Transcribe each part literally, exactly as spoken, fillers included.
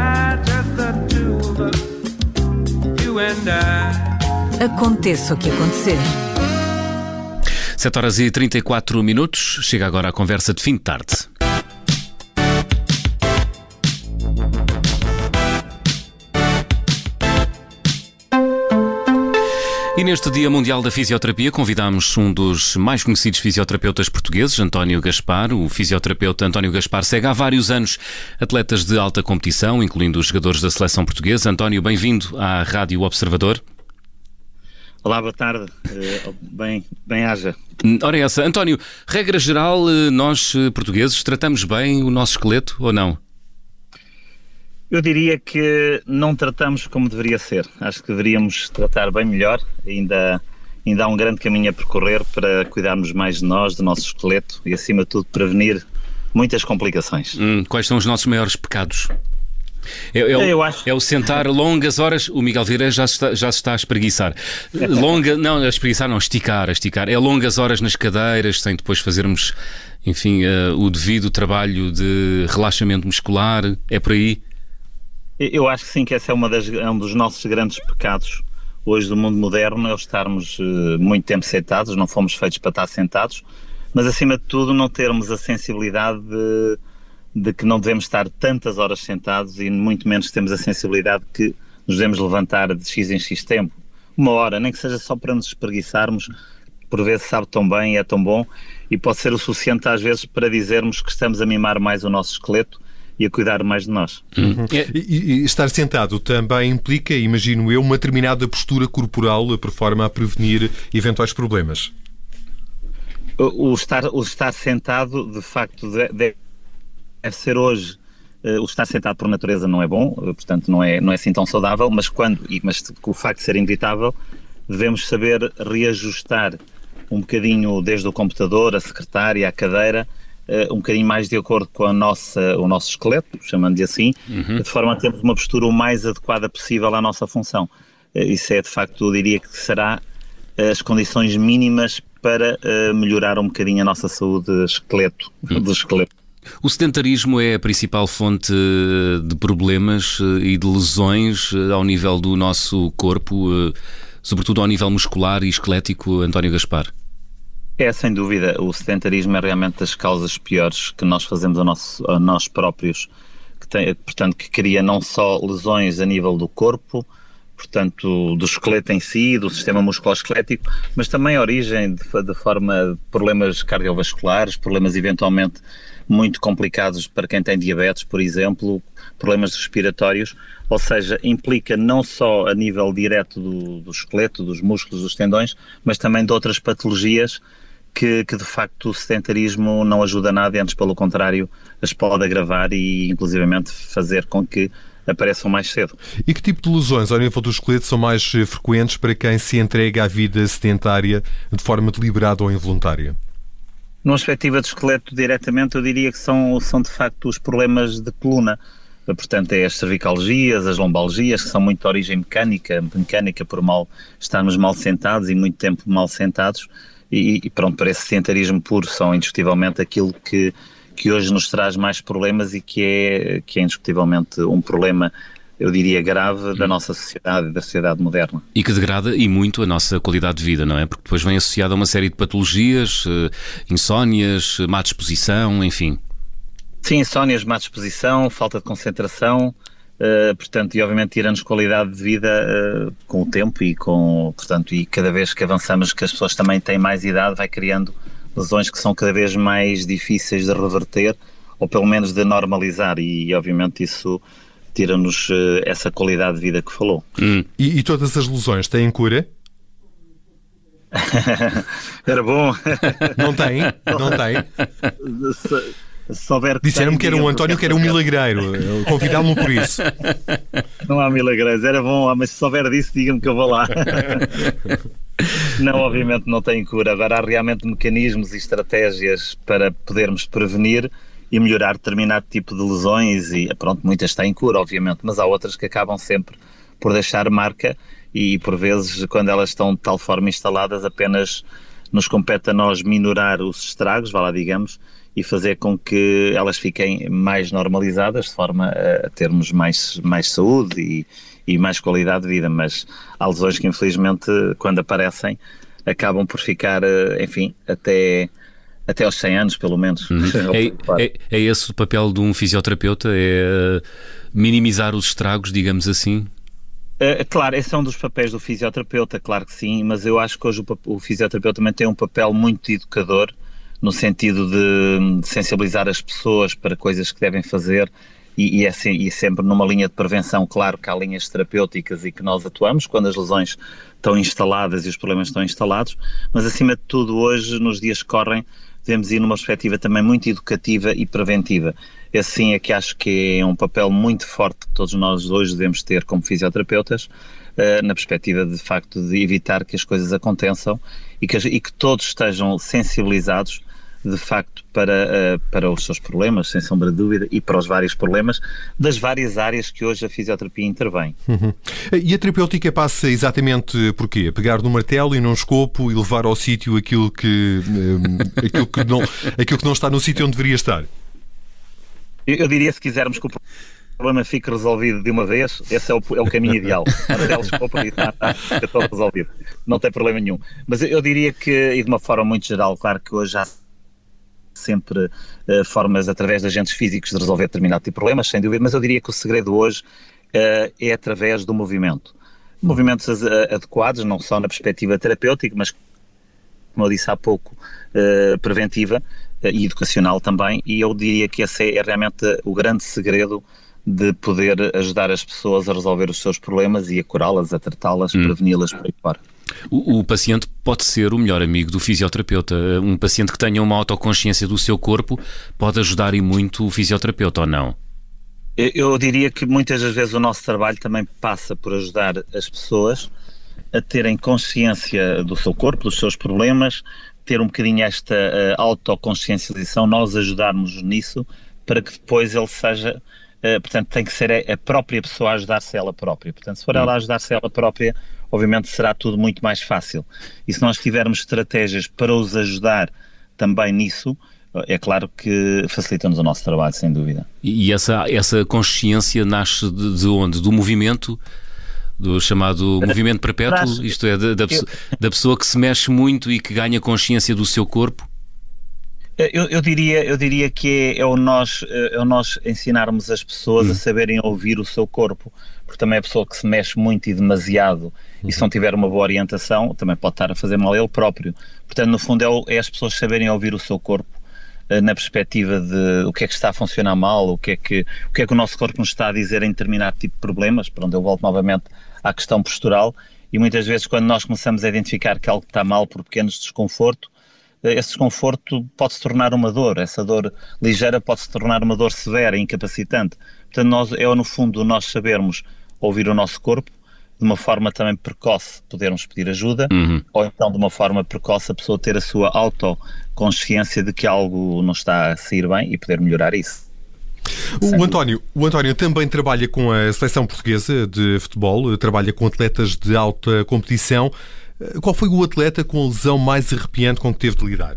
Aconteça o que acontecer. sete horas e trinta e quatro minutos. Chega agora a conversa de fim de tarde. E neste Dia Mundial da Fisioterapia convidámos um dos mais conhecidos fisioterapeutas portugueses, António Gaspar. O fisioterapeuta António Gaspar segue há vários anos atletas de alta competição, incluindo os jogadores da seleção portuguesa. António, bem-vindo à Rádio Observador. Olá, boa tarde. Uh, bem, bem haja. Ora essa. António, regra geral, nós portugueses tratamos bem o nosso esqueleto ou não? Eu diria que não tratamos como deveria ser. Acho que deveríamos tratar bem melhor. Ainda, ainda há um grande caminho a percorrer para cuidarmos mais de nós, do nosso esqueleto e, acima de tudo, prevenir muitas complicações. Hum, quais são os nossos maiores pecados? É, é, o, Eu acho... é o sentar longas horas. O Miguel Vieira já se está, já se está a espreguiçar. Longa, não, a espreguiçar não, esticar, a esticar. É longas horas nas cadeiras, sem depois fazermos, enfim, uh, o devido trabalho de relaxamento muscular. É por aí? Eu acho que sim, que esse é, uma das, é um dos nossos grandes pecados hoje do mundo moderno, é o estarmos uh, muito tempo sentados. Não fomos feitos para estar sentados, mas acima de tudo não termos a sensibilidade de, de que não devemos estar tantas horas sentados e muito menos temos a sensibilidade que nos devemos levantar de X em X tempo. Uma hora, nem que seja só para nos espreguiçarmos, por vezes sabe tão bem, é tão bom e pode ser o suficiente às vezes para dizermos que estamos a mimar mais o nosso esqueleto e a cuidar mais de nós. Uhum. E, e estar sentado também implica, imagino eu, uma determinada postura corporal por forma a prevenir eventuais problemas. O, o, estar, o estar sentado, de facto, deve, deve ser hoje. O estar sentado por natureza não é bom, portanto não é, não é assim tão saudável, mas quando, e, mas com o facto de ser inevitável, devemos saber reajustar um bocadinho desde o computador, a secretária, a cadeira, Uh, um bocadinho mais de acordo com a nossa, o nosso esqueleto, chamando-lhe assim, uhum. de forma a termos uma postura o mais adequada possível à nossa função. Uh, isso é, de facto, eu diria que será uh, as condições mínimas para uh, melhorar um bocadinho a nossa saúde esqueleto, uhum. do esqueleto. O sedentarismo é a principal fonte de problemas e de lesões ao nível do nosso corpo, uh, sobretudo ao nível muscular e esquelético, António Gaspar? É, sem dúvida, o sedentarismo é realmente das causas piores que nós fazemos a, nosso, a nós próprios, que tem, portanto, que cria não só lesões a nível do corpo, portanto, do esqueleto em si, do sistema musculoesquelético, mas também a origem de, de forma de problemas cardiovasculares, problemas eventualmente muito complicados para quem tem diabetes, por exemplo, problemas respiratórios, ou seja, implica não só a nível direto do, do esqueleto, dos músculos, dos tendões, mas também de outras patologias que, que de facto o sedentarismo não ajuda nada, antes pelo contrário as pode agravar e inclusivamente fazer com que apareçam mais cedo. E que tipo de lesões ao nível do esqueleto são mais frequentes para quem se entrega à vida sedentária de forma deliberada ou involuntária? Numa perspectiva do esqueleto diretamente, eu diria que são, são de facto os problemas de coluna. Portanto, é as cervicalgias, as lombalgias, que são muito de origem mecânica, mecânica por mal estarmos mal sentados e muito tempo mal sentados. E, e pronto, para esse sedentarismo puro são indiscutivelmente aquilo que, que hoje nos traz mais problemas e que é, que é indiscutivelmente um problema, eu diria, grave da nossa sociedade, da sociedade moderna. E que degrada e muito a nossa qualidade de vida, não é? Porque depois vem associada a uma série de patologias, insónias, má disposição, enfim. Sim, insónias, má disposição, falta de concentração, uh, portanto, e obviamente tira-nos qualidade de vida uh, com o tempo e com, portanto, e cada vez que avançamos, que as pessoas também têm mais idade, vai criando lesões que são cada vez mais difíceis de reverter, ou pelo menos de normalizar, e, e obviamente isso tira-nos uh, essa qualidade de vida que falou. Hum. E, e todas as lesões têm cura? Era bom. Não tem? Não tem? Disseram-me que era um António que era um milagreiro. Convidaram-me por isso. Não há milagreiros. Era bom, mas se souber disso, diga-me que eu vou lá. Não, obviamente não tem cura. Agora há realmente mecanismos e estratégias para podermos prevenir e melhorar determinado tipo de lesões e pronto, muitas têm cura, obviamente, mas há outras que acabam sempre por deixar marca e por vezes quando elas estão de tal forma instaladas apenas nos compete a nós minorar os estragos, vá lá digamos, e fazer com que elas fiquem mais normalizadas, de forma a termos mais, mais saúde e, e mais qualidade de vida. Mas há lesões que, infelizmente, quando aparecem, acabam por ficar, enfim, até, até aos cem anos, pelo menos. Uhum. É, é, é esse o papel de um fisioterapeuta? É minimizar os estragos, digamos assim? É, claro, esse é um dos papéis do fisioterapeuta, claro que sim, mas eu acho que hoje o, o fisioterapeuta também tem um papel muito educador, no sentido de, de sensibilizar as pessoas para coisas que devem fazer, e, e, é, e sempre numa linha de prevenção. Claro que há linhas terapêuticas e que nós atuamos quando as lesões estão instaladas e os problemas estão instalados, mas acima de tudo hoje, nos dias que correm, devemos ir numa perspectiva também muito educativa e preventiva. Esse sim é que acho que é um papel muito forte que todos nós hoje devemos ter como fisioterapeutas, na perspectiva de facto de evitar que as coisas aconteçam e que, e que todos estejam sensibilizados de facto para, para os seus problemas, sem sombra de dúvida, e para os vários problemas das várias áreas que hoje a fisioterapia intervém. Uhum. E a terapêutica passa exatamente por quê? Pegar no martelo e num escopo e levar ao sítio aquilo que, um, aquilo que, não, aquilo que não está no sítio onde deveria estar? Eu, eu diria, se quisermos que o problema fique resolvido de uma vez, esse é o, é o caminho ideal. Martelo, escopo e está, está, fica todo resolvido. Não tem problema nenhum. Mas eu, eu diria que, e de uma forma muito geral, claro que hoje há sempre uh, formas através de agentes físicos de resolver determinado tipo de problemas, sem dúvida, mas eu diria que o segredo hoje uh, é através do movimento. Movimentos uh, adequados, não só na perspectiva terapêutica, mas, como eu disse há pouco, uh, preventiva uh, e educacional também, e eu diria que esse é, é realmente o grande segredo de poder ajudar as pessoas a resolver os seus problemas e a curá-las, a tratá-las, hum. preveni-las por aí fora. O, o paciente pode ser o melhor amigo do fisioterapeuta. Um paciente que tenha uma autoconsciência do seu corpo pode ajudar e muito o fisioterapeuta, ou não? Eu, eu diria que muitas das vezes o nosso trabalho também passa por ajudar as pessoas a terem consciência do seu corpo, dos seus problemas, ter um bocadinho esta uh, autoconsciencialização, nós ajudarmos nisso, para que depois ele seja... Uh, portanto, tem que ser a, a própria pessoa a ajudar-se ela própria. Portanto, se for ela a ajudar-se ela própria, obviamente será tudo muito mais fácil. E se nós tivermos estratégias para os ajudar também nisso, é claro que facilita-nos o nosso trabalho, sem dúvida. E essa, essa consciência nasce de, de onde? Do movimento? Do chamado movimento perpétuo? Isto é, da, da, da pessoa que se mexe muito e que ganha consciência do seu corpo? Eu, eu, diria, eu diria que é, é, o nós, é o nós ensinarmos as pessoas hum. a saberem ouvir o seu corpo, porque também a pessoa que se mexe muito e demasiado, hum. e se não tiver uma boa orientação, também pode estar a fazer mal a ele próprio. Portanto, no fundo, é, o, é as pessoas saberem ouvir o seu corpo, na perspectiva de o que é que está a funcionar mal, o que é que o, que é que o nosso corpo nos está a dizer em determinado tipo de problemas, para onde eu volto novamente à questão postural, e muitas vezes quando nós começamos a identificar que algo está mal por pequenos desconfortos, esse desconforto pode se tornar uma dor, essa dor ligeira pode se tornar uma dor severa, incapacitante. Portanto, nós, é no fundo nós sabermos ouvir o nosso corpo, de uma forma também precoce podermos pedir ajuda, uhum. ou então de uma forma precoce a pessoa ter a sua autoconsciência de que algo não está a sair bem e poder melhorar isso. O António, o António também trabalha com a seleção portuguesa de futebol, trabalha com atletas de alta competição. Qual foi o atleta com a lesão mais arrepiante com que teve de lidar?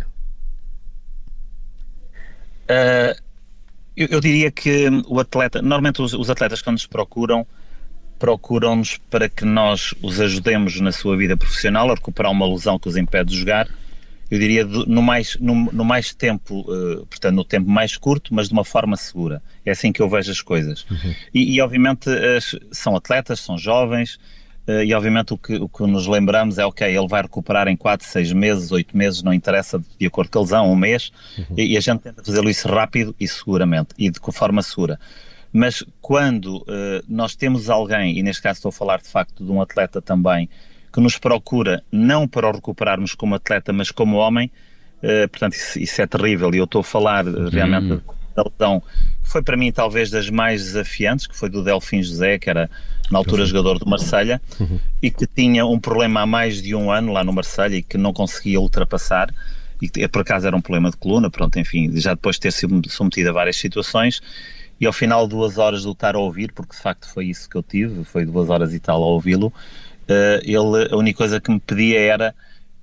Uh, eu, eu diria que o atleta, normalmente os, os atletas quando nos procuram, procuram-nos para que nós os ajudemos na sua vida profissional a recuperar uma lesão que os impede de jogar, eu diria no mais, no, no mais tempo, uh, portanto no tempo mais curto, mas de uma forma segura. É assim que eu vejo as coisas. Uhum. E, e obviamente as, são atletas, são jovens, Uh, e obviamente o que, o que nos lembramos é, ok, ele vai recuperar em quatro, seis meses, oito meses, não interessa, de acordo com a lesão, um mês, uhum. e, e a gente tenta fazê-lo isso rápido e seguramente, e de forma segura. Mas quando uh, nós temos alguém, e neste caso estou a falar de facto de um atleta também, que nos procura não para o recuperarmos como atleta, mas como homem, uh, portanto isso, isso é terrível, e eu estou a falar uh, realmente uhum. da lesão que foi para mim talvez das mais desafiantes, que foi do Delfim José, que era na altura uhum. jogador do Marselha, uhum. e que tinha um problema há mais de um ano lá no Marselha e que não conseguia ultrapassar, e que por acaso era um problema de coluna, pronto, enfim, já depois de ter sido submetido a várias situações, e ao final de duas horas de lutar a ouvir, porque de facto foi isso que eu tive, foi duas horas e tal a ouvi-lo, uh, ele, a única coisa que me pedia era,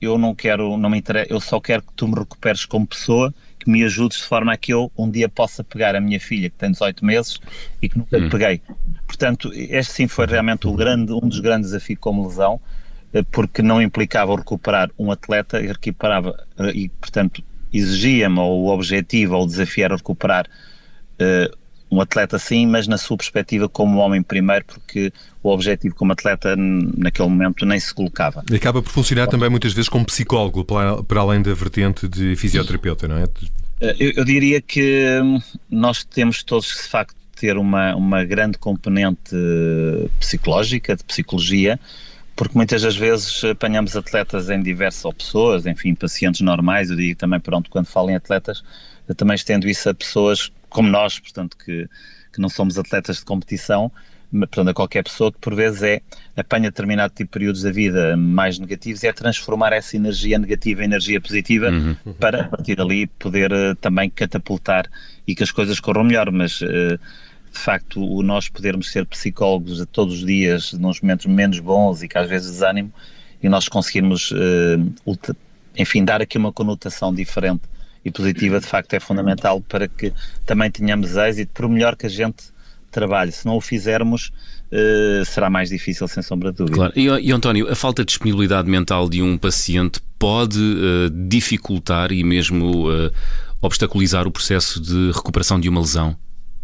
eu não quero, não me interessa, eu só quero que tu me recuperes como pessoa, que me ajudes de forma a que eu um dia possa pegar a minha filha, que tem dezoito meses e que nunca lhe peguei. Portanto, este sim foi realmente o grande, um dos grandes desafios como lesão, porque não implicava recuperar um atleta, e recuperava, e portanto exigia-me, ou o objetivo, ou o desafio era recuperar uh, um atleta sim, mas na sua perspectiva como homem primeiro, porque o objetivo como atleta naquele momento nem se colocava. E acaba por funcionar também muitas vezes como psicólogo, para além da vertente de fisioterapeuta, não é? Eu, eu diria que nós temos todos que de facto ter uma, uma grande componente psicológica, de psicologia, porque muitas das vezes apanhamos atletas em diversas, ou pessoas, enfim, pacientes normais, eu digo também, pronto, quando falo em atletas, eu também estendo isso a pessoas como nós, portanto, que, que não somos atletas de competição, portanto, a qualquer pessoa que por vezes é, apanha determinado tipo de períodos da vida mais negativos e é transformar essa energia negativa em energia positiva uhum. para, a partir dali, poder uh, também catapultar e que as coisas corram melhor, mas uh, de facto, o nós podermos ser psicólogos a todos os dias, nos momentos menos bons e que às vezes desânimo, e nós conseguirmos, uh, enfim, dar aqui uma conotação diferente e positiva, de facto é fundamental para que também tenhamos êxito, por melhor que a gente trabalhe. Se não o fizermos, uh, será mais difícil, sem sombra de dúvida. Claro. E, e António, a falta de disponibilidade mental de um paciente pode uh, dificultar e mesmo uh, obstaculizar o processo de recuperação de uma lesão?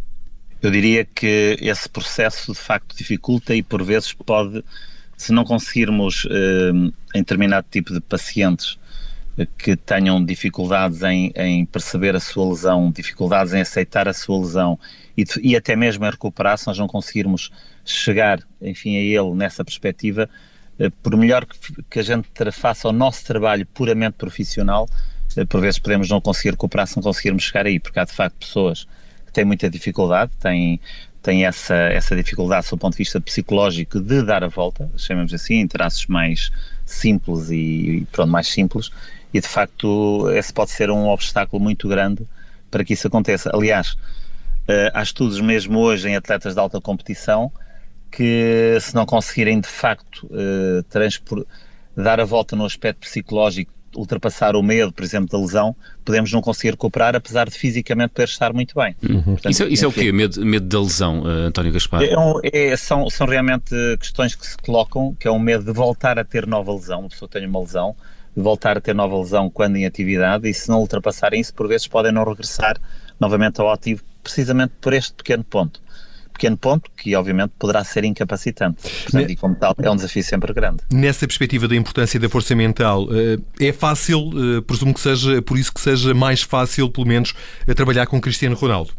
Eu diria que esse processo de facto dificulta e por vezes pode, se não conseguirmos uh, em determinado tipo de pacientes uh, que tenham dificuldades em, em perceber a sua lesão, dificuldades em aceitar a sua lesão e, e até mesmo em recuperar, se nós não conseguirmos chegar, enfim, a ele nessa perspectiva, uh, por melhor que, que a gente faça o nosso trabalho puramente profissional, uh, por vezes podemos não conseguir recuperar se não conseguirmos chegar aí, porque há de facto pessoas que têm muita dificuldade, têm, têm essa, essa dificuldade do ponto de vista psicológico de dar a volta, chamamos assim, em traços mais simples e, pronto, mais simples, e de facto esse pode ser um obstáculo muito grande para que isso aconteça. Aliás, há estudos mesmo hoje em atletas de alta competição que, se não conseguirem de facto transpor, dar a volta no aspecto psicológico, ultrapassar o medo, por exemplo, da lesão, podemos não conseguir recuperar, apesar de fisicamente poder estar muito bem. Uhum. Portanto, isso, isso é o quê? Medo, medo da lesão, uh, António Gaspar? É, é, são, são realmente questões que se colocam, que é o medo de voltar a ter nova lesão. Uma pessoa tem uma lesão, de voltar a ter nova lesão quando em atividade, e se não ultrapassarem isso, por vezes podem não regressar novamente ao ativo, precisamente por este pequeno ponto. Pequeno ponto que obviamente poderá ser incapacitante. Portanto, ne... e como tal, é um desafio sempre grande. Nessa perspectiva da importância da força mental, é fácil, presumo que seja por isso que seja mais fácil, pelo menos, trabalhar com Cristiano Ronaldo?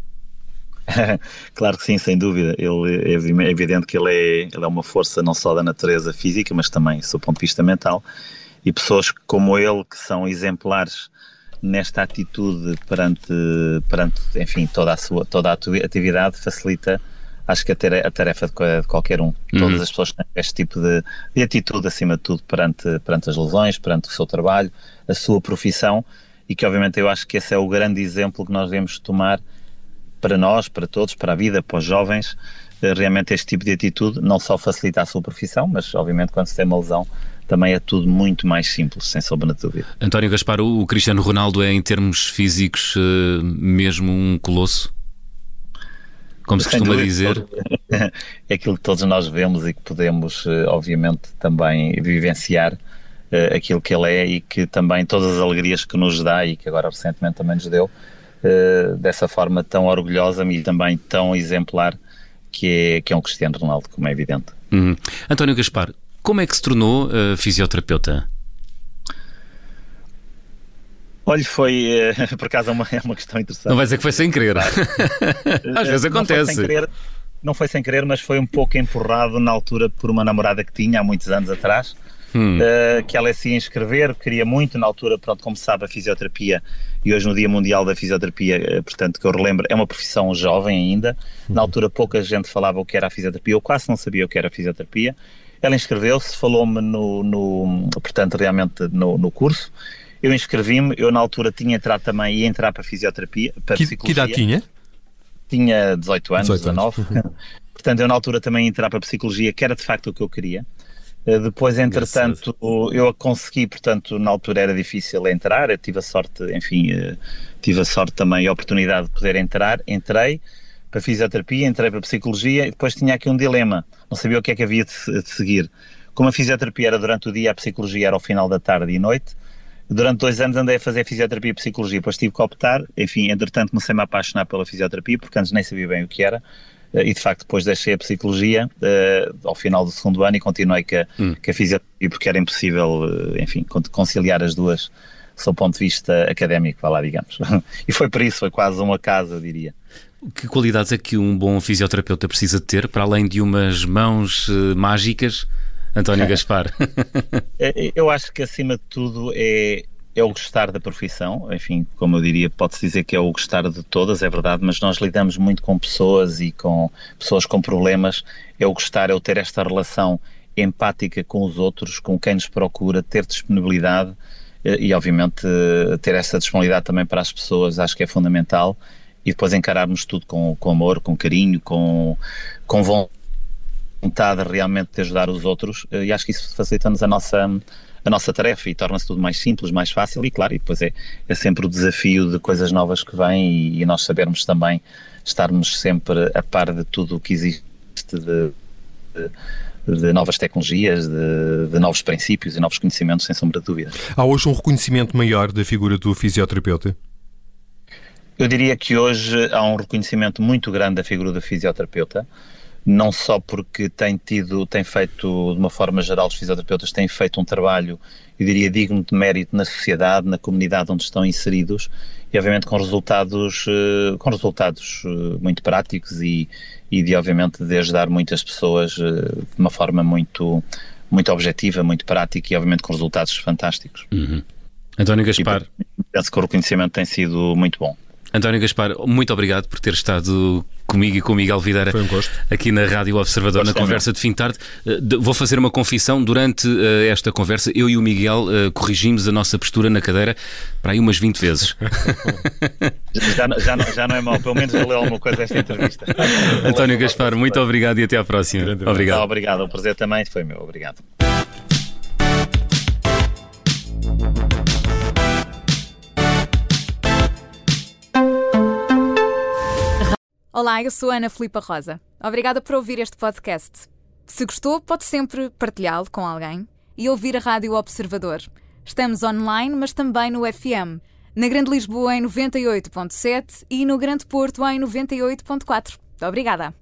Claro que sim, sem dúvida. Ele, é evidente que ele é, ele é uma força não só da natureza física, mas também do seu ponto de vista mental. E pessoas como ele, que são exemplares nesta atitude perante, perante enfim, toda a sua toda a atividade, facilita, acho que a tarefa de qualquer um. Todas uhum. as pessoas têm este tipo de, de atitude, acima de tudo, perante, perante as lesões, perante o seu trabalho, a sua profissão, e que obviamente eu acho que esse é o grande exemplo que nós devemos tomar para nós, para todos, para a vida, para os jovens. Realmente este tipo de atitude não só facilita a sua profissão, mas obviamente quando se tem uma lesão também é tudo muito mais simples, sem sombra de dúvida. António Gaspar, o Cristiano Ronaldo é, em termos físicos, mesmo um colosso? Como se costuma dizer. É aquilo que todos nós vemos e que podemos, obviamente, também vivenciar uh, aquilo que ele é e que também todas as alegrias que nos dá e que agora recentemente também nos deu, uh, dessa forma tão orgulhosa e também tão exemplar que é, que é um Cristiano Ronaldo, como é evidente. Uhum. António Gaspar, como é que se tornou uh, fisioterapeuta? Olha, foi, por acaso é uma, é uma questão interessante. Não vai dizer que foi sem querer. Às vezes acontece. Não foi sem querer, não foi sem querer, mas foi um pouco empurrado na altura por uma namorada que tinha há muitos anos atrás, hum. uh, que ela se ia inscrever, queria muito na altura, pronto, como se sabe, a fisioterapia, e hoje no Dia Mundial da Fisioterapia, uh, portanto, que eu relembro, é uma profissão jovem ainda. Hum. Na altura pouca gente falava o que era a fisioterapia, eu quase não sabia o que era a fisioterapia. Ela inscreveu-se, falou-me no, no, portanto, realmente no, no curso. Eu inscrevi-me, eu na altura tinha entrado também, ia entrar para a fisioterapia, para a que, psicologia. Que idade tinha? Tinha dezoito anos, dezenove. Portanto, eu na altura também ia entrar para a psicologia, que era de facto o que eu queria. Depois, entretanto, eu consegui, portanto, na altura era difícil entrar, eu tive a sorte, enfim, tive a sorte também e a oportunidade de poder entrar, entrei para fisioterapia, entrei para psicologia e depois tinha aqui um dilema, não sabia o que é que havia de, de seguir. Como a fisioterapia era durante o dia, a psicologia era ao final da tarde e noite, durante dois anos andei a fazer fisioterapia e psicologia, depois tive que optar, enfim, entretanto comecei-me a apaixonar pela fisioterapia, porque antes nem sabia bem o que era, e de facto depois deixei a psicologia uh, ao final do segundo ano e continuei com a, hum. com a fisioterapia, porque era impossível, uh, enfim, conciliar as duas sob o ponto de vista académico, vá lá, digamos. E foi por isso, foi quase um acaso, eu diria. Que qualidades é que um bom fisioterapeuta precisa de ter, para além de umas mãos uh, mágicas, António Gaspar? Eu acho que acima de tudo é... é o gostar da profissão, enfim, como eu diria, pode-se dizer que é o gostar de todas, é verdade, mas nós lidamos muito com pessoas e com pessoas com problemas, é o gostar, é o ter esta relação empática com os outros, com quem nos procura, ter disponibilidade e, obviamente, ter essa disponibilidade também para as pessoas, acho que é fundamental, e depois encararmos tudo com, com amor, com carinho, com, com vontade realmente de ajudar os outros, e acho que isso facilita-nos a nossa... a nossa tarefa e torna-se tudo mais simples, mais fácil e claro, e depois é, é sempre o desafio de coisas novas que vêm e, e nós sabermos também estarmos sempre a par de tudo o que existe de, de, de novas tecnologias, de, de novos princípios e novos conhecimentos, sem sombra de dúvida. Há hoje um reconhecimento maior da figura do fisioterapeuta? Eu diria que hoje há um reconhecimento muito grande da figura do fisioterapeuta, não só porque tem tido, tem feito, de uma forma geral, os fisioterapeutas têm feito um trabalho, eu diria, digno de mérito na sociedade, na comunidade onde estão inseridos e, obviamente, com resultados, com resultados muito práticos e, e de, obviamente, de ajudar muitas pessoas de uma forma muito, muito objetiva, muito prática e, obviamente, com resultados fantásticos. Uhum. António Gaspar. E penso que o reconhecimento tem sido muito bom. António Gaspar, muito obrigado por ter estado comigo e com o Miguel Videira um aqui na Rádio Observador, na conversa de fim de tarde. Vou fazer uma confissão, durante esta conversa eu e o Miguel corrigimos a nossa postura na cadeira para aí umas vinte vezes. Já, já, não, já não é mau, pelo menos valeu alguma coisa esta entrevista. António Gaspar, muito obrigado e até à próxima. Obrigado. Ah, obrigado, o prazer também foi meu, obrigado. Olá, eu sou a Ana Filipa Rosa. Obrigada por ouvir este podcast. Se gostou, pode sempre partilhá-lo com alguém e ouvir a Rádio Observador. Estamos online, mas também no F M. Na Grande Lisboa em noventa e oito ponto sete e no Grande Porto em noventa e oito ponto quatro. Obrigada.